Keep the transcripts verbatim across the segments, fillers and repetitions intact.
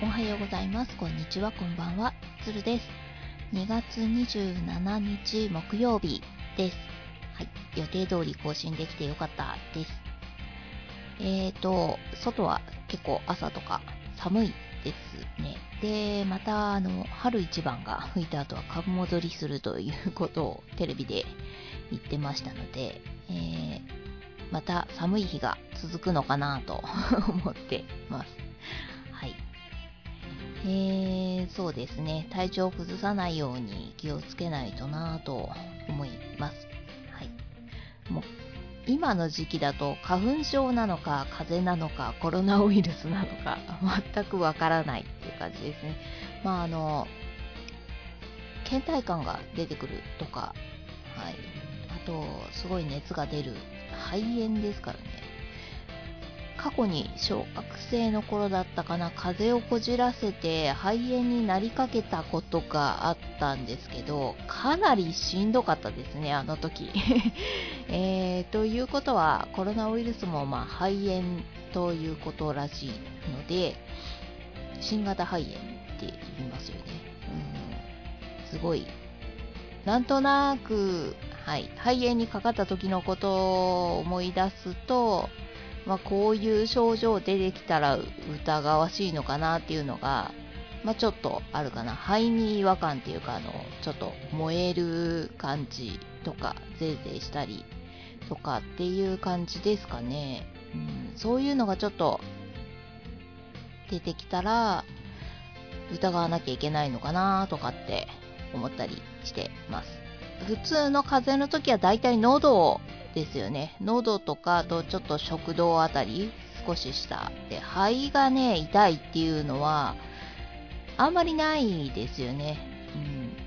おはようございます。こんにちは。こんばんは。つるです。にがつにじゅうしちにち木曜日です。はい。予定通り更新できてよかったです。えーと、外は結構朝とか寒いですね。で、また、あの、春一番が吹いた後は株戻りするということをテレビで言ってましたので、えー、また寒い日が続くのかなと思ってます。はい。えー、そうですね。体調を崩さないように気をつけないとなぁと思います。はい。もう今の時期だと花粉症なのか風邪なのかコロナウイルスなのか全くわからないっていう感じですね。まああの倦怠感が出てくるとか、はい。あとすごい熱が出る肺炎ですからね。過去に小学生の頃だったかな、風邪をこじらせて肺炎になりかけたことがあったんですけど、かなりしんどかったですね、あの時。えー、ということは、コロナウイルスもまあ肺炎ということらしいので、新型肺炎って言いますよね。うん、すごい。なんとなく、はい、肺炎にかかった時のことを思い出すと、まあ、こういう症状出てきたら疑わしいのかなっていうのが、まあ、ちょっとあるかな。肺に違和感っていうか、あの、ちょっと燃える感じとか、ゼーゼーしたりとかっていう感じですかね。うん、そういうのがちょっと出てきたら、疑わなきゃいけないのかなとかって思ったりしてます。普通の風邪の時はだいたい喉ですよね。喉とか、あとちょっと食道あたり、少し下で、肺がね、痛いっていうのは、あんまりないですよね。うん、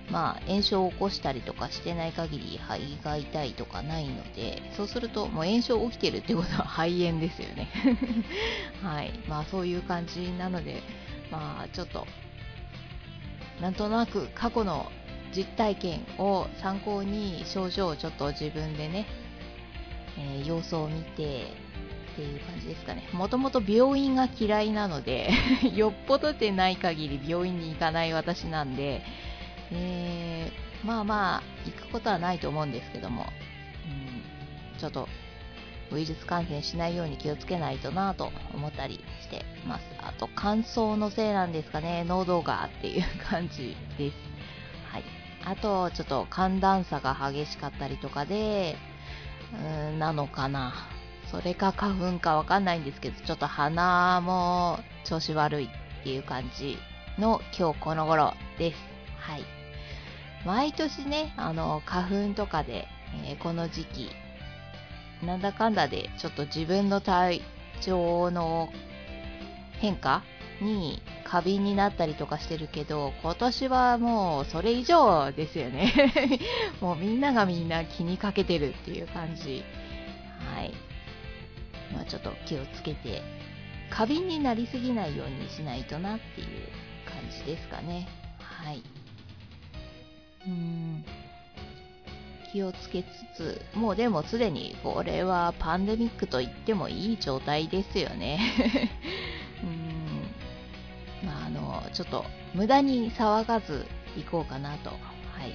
まあ、炎症を起こしたりとかしてない限り、肺が痛いとかないので、そうすると、もう炎症起きてるってことは肺炎ですよね。はい。まあ、そういう感じなので、まあ、ちょっと、なんとなく過去の実体験を参考に症状をちょっと自分でね、えー、様子を見てっていう感じですかね。もともと病院が嫌いなのでよっぽどでない限り病院に行かない私なんで、えー、まあまあ行くことはないと思うんですけども、うん、ちょっとウイルス感染しないように気をつけないとなと思ったりしてます。あと乾燥のせいなんですかね、喉がっていう感じです。はい。あとちょっと寒暖差が激しかったりとかで、うーんなのかな。それか花粉かわかんないんですけど、ちょっと鼻も調子悪いっていう感じの今日この頃です。はい。毎年ね、あの花粉とかで、えー、この時期なんだかんだでちょっと自分の体調の変化に過敏になったりとかしてるけど、今年はもうそれ以上ですよね。もうみんながみんな気にかけてるっていう感じ。はい。まあちょっと気をつけて、過敏になりすぎないようにしないとなっていう感じですかね。はい。うーん。気をつけつつ、もうでもすでにこれはパンデミックと言ってもいい状態ですよね。うーん、まああのちょっと無駄に騒がず行こうかなと、はい、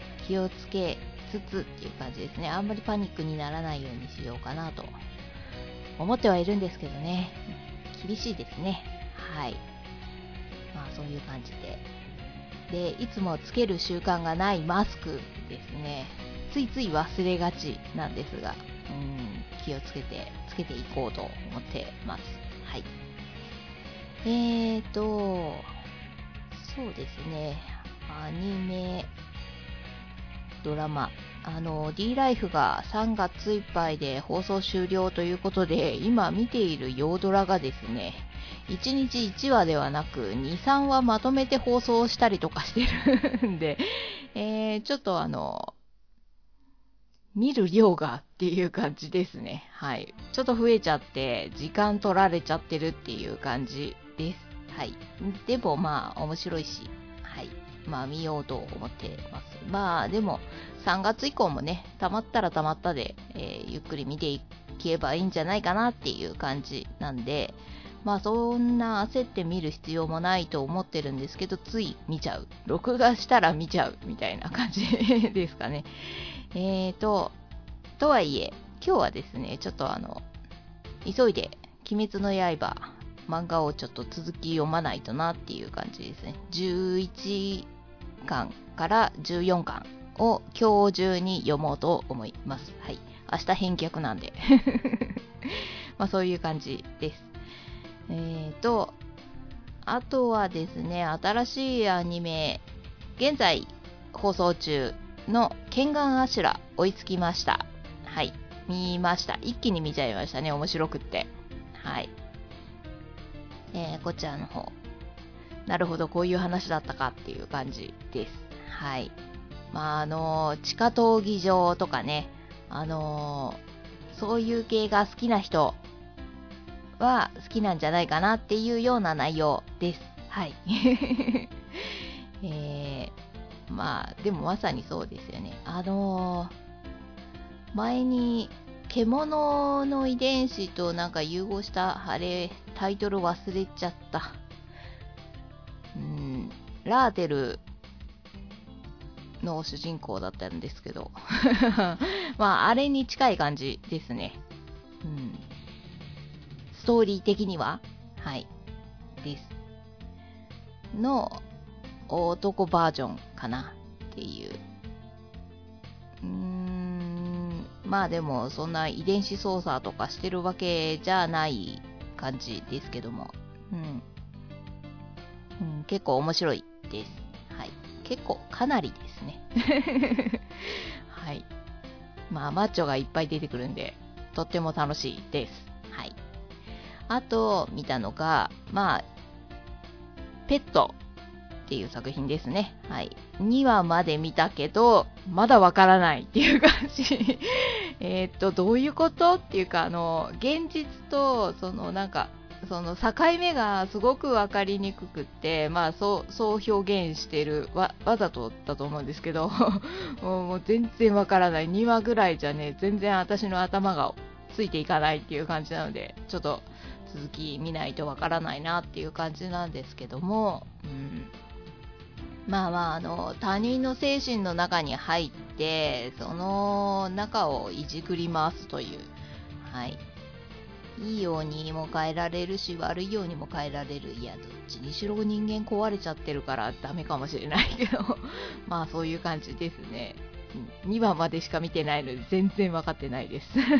気をつけつつっていう感じですね。あんまりパニックにならないようにしようかなと思ってはいるんですけどね。厳しいですね。はい。まあそういう感じで。で、いつもつける習慣がないマスクですね。ついつい忘れがちなんですが、うん、気をつけて、つけていこうと思ってます。はい。えーと、そうですね。アニメ、ドラマ。あの、D ライフがさんがついっぱいで放送終了ということで、今見ている洋ドラがですね、いちにちいちわではなく、に、さんわまとめて放送したりとかしてるんで、えー、ちょっとあの、見る量がっていう感じですね。はい。ちょっと増えちゃって、時間取られちゃってるっていう感じです。はい。でもまあ、面白いし、はい。まあ、見ようと思ってます。まあ、でも、さんがつ以降もね、溜まったら溜まったで、えー、ゆっくり見ていけばいいんじゃないかなっていう感じなんで、 まあそんな焦って見る必要もないと思ってるんですけど、つい見ちゃう。録画したら見ちゃうみたいな感じですかね。えーと、とはいえ、今日はですね、ちょっとあの、急いで、鬼滅の刃、漫画をちょっと続き読まないとなっていう感じですね。じゅういちかんからじゅうよんかんを今日中に読もうと思います。はい。明日返却なんで。まあそういう感じです。えーと、あとはですね、新しいアニメ、現在放送中のケンガンアシュラ追いつきました。はい。見ました。一気に見ちゃいましたね。面白くって。はい。えー、こちらの方。なるほど、こういう話だったかっていう感じです。はい。まあ、あのー、地下闘技場とかね、あのー、そういう系が好きな人は好きなんじゃないかなっていうような内容です。はい。えー、まあ、でもまさにそうですよね。あのー、前に、獣の遺伝子となんか融合した、あれ、タイトル忘れちゃった。うん、ラーテルの主人公だったんですけど。まあ、あれに近い感じですね。うん、ストーリー的には、はい、です。の男バージョンかなっていう。うーん、まあでも、そんな遺伝子操作とかしてるわけじゃない感じですけども。うん。うん、結構面白いです。はい。結構、かなりですね。はい。まあ、マッチョがいっぱい出てくるんで、とっても楽しいです。はい。あと、見たのが、まあ、ペットっていう作品ですね。はい。にわまで見たけど、まだわからないっていう感じ。えっと、どういうことっていうか、あの、現実と、その、なんか、その境目がすごく分かりにくくって、まあそう、そう表現してるわ、わざとだと思うんですけど、もうもう全然分からない。にわぐらいじゃね、全然私の頭がついていかないっていう感じなので、ちょっと続き見ないと分からないなっていう感じなんですけども、うん、まあまあ、あの、他人の精神の中に入って、その中をいじくり回すという、はい。いいようにも変えられるし、悪いようにも変えられる。いや、どっちにしろ人間壊れちゃってるからダメかもしれないけど、まあそういう感じですね。にわまでしか見てないので全然わかってないです。はい。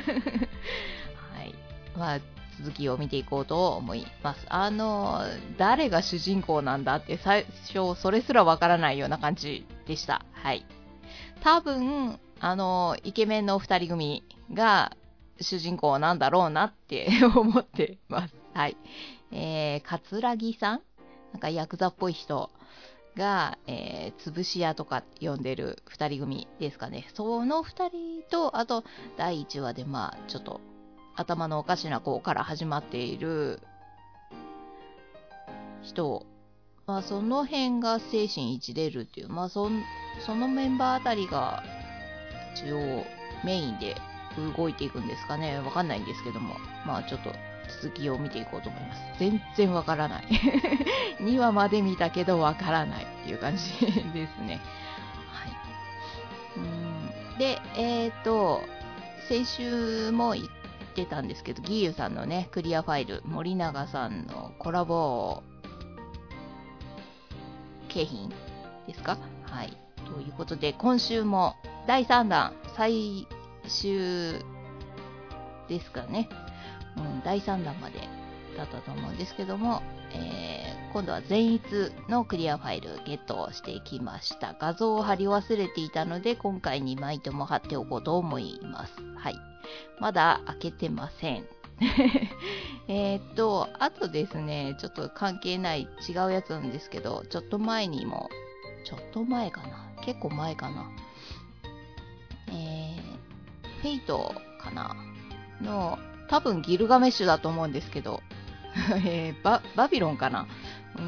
まあ続きを見ていこうと思います。あの、誰が主人公なんだって最初それすらわからないような感じでした。はい。多分、あの、イケメンの二人組が主人公なんだろうなって思ってます。はい。えー、桂木さんなんかヤクザっぽい人が、えー、潰し屋とか呼んでる二人組ですかね。その二人と、あと、第一話でまあ、ちょっと、頭のおかしな子から始まっている人、まあ、その辺が精神一れるっていう、まあ、そ、そのメンバーあたりが、一応、メインで動いていくんですかね。わかんないんですけども。まあちょっと続きを見ていこうと思います。全然わからない。にわまで見たけどわからないっていう感じですね。はい。うんで、えっ、ー、と、先週も言ってたんですけど、ギーユさんのね、クリアファイル、森永さんのコラボ景品ですか？はい。ということで、今週もだいさんだん、最終ですかね。うん、だいさんだんまでだったと思うんですけども、えー、今度は善逸のクリアファイルゲットをしてきました。画像を貼り忘れていたので、今回にまいとも貼っておこうと思います。はい。まだ開けてません。えっと、あとですね、ちょっと関係ない違うやつなんですけど、ちょっと前にも、ちょっと前かな結構前かなえー、フェイトかなの、多分ギルガメッシュだと思うんですけど、えー、バ、バビロンかなうん。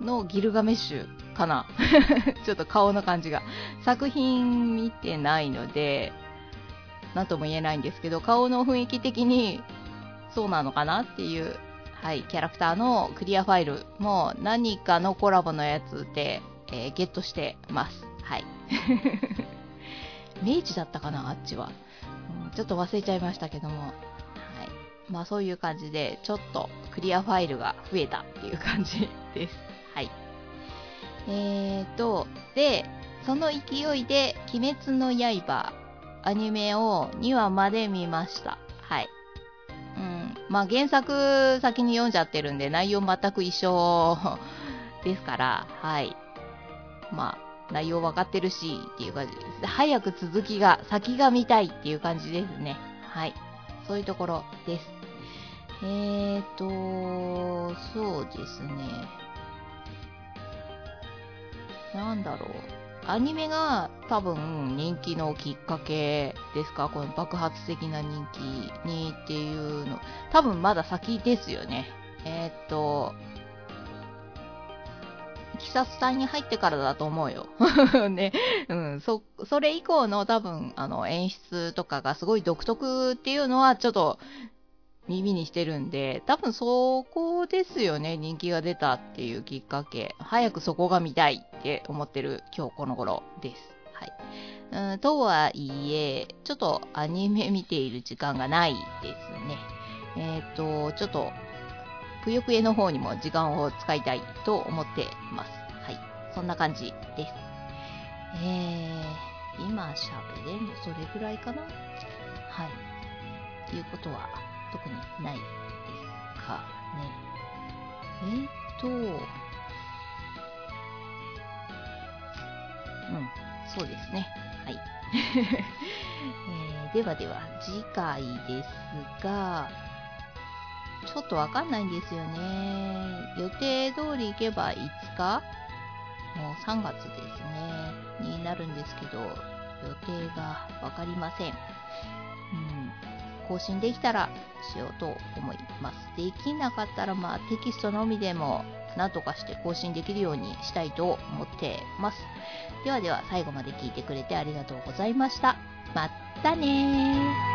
のギルガメッシュかなちょっと顔の感じが。作品見てないので、なんとも言えないんですけど、顔の雰囲気的にそうなのかなっていう、 はい、キャラクターのクリアファイルも何かのコラボのやつで、えー、ゲットしてます。はい。明治だったかな、あっちは、うん。ちょっと忘れちゃいましたけども。はい。まあそういう感じで、ちょっとクリアファイルが増えたっていう感じです。はい。えーと、で、その勢いで、鬼滅の刃、アニメをにわまで見ました。はい。うん。まあ原作先に読んじゃってるんで、内容全く一緒ですから、はい。まあ、内容分かってるし、っていう感じです。早く続きが、先が見たいっていう感じですね。はい。そういうところです。えーと、そうですね。なんだろう。アニメが多分人気のきっかけですか？この爆発的な人気にっていうの。多分まだ先ですよね。えーっと、鬼殺隊に入ってからだと思うよ。ね。うん。そ、それ以降の多分、あの、演出とかがすごい独特っていうのはちょっと耳にしてるんで、多分そこですよね。人気が出たっていうきっかけ。早くそこが見たいって思ってる今日この頃です。はい。うん、とはいえ、ちょっとアニメ見ている時間がないですね。えっと、ちょっと、ぷよぷよの方にも時間を使いたいと思ってます。はい。そんな感じです。えー、今喋れんのそれぐらいかな？はい。っていうことは特にないですかね。えーっと、うん、そうですね。はい。えー、ではでは、次回ですが、ちょっとわかんないんですよね。予定通り行けばいつか、もうさんがつですね、になるんですけど、予定がわかりません。うん。更新できたらしようと思います。できなかったら、まあ、テキストのみでも何とかして更新できるようにしたいと思ってます。ではでは、最後まで聞いてくれてありがとうございました。またねー。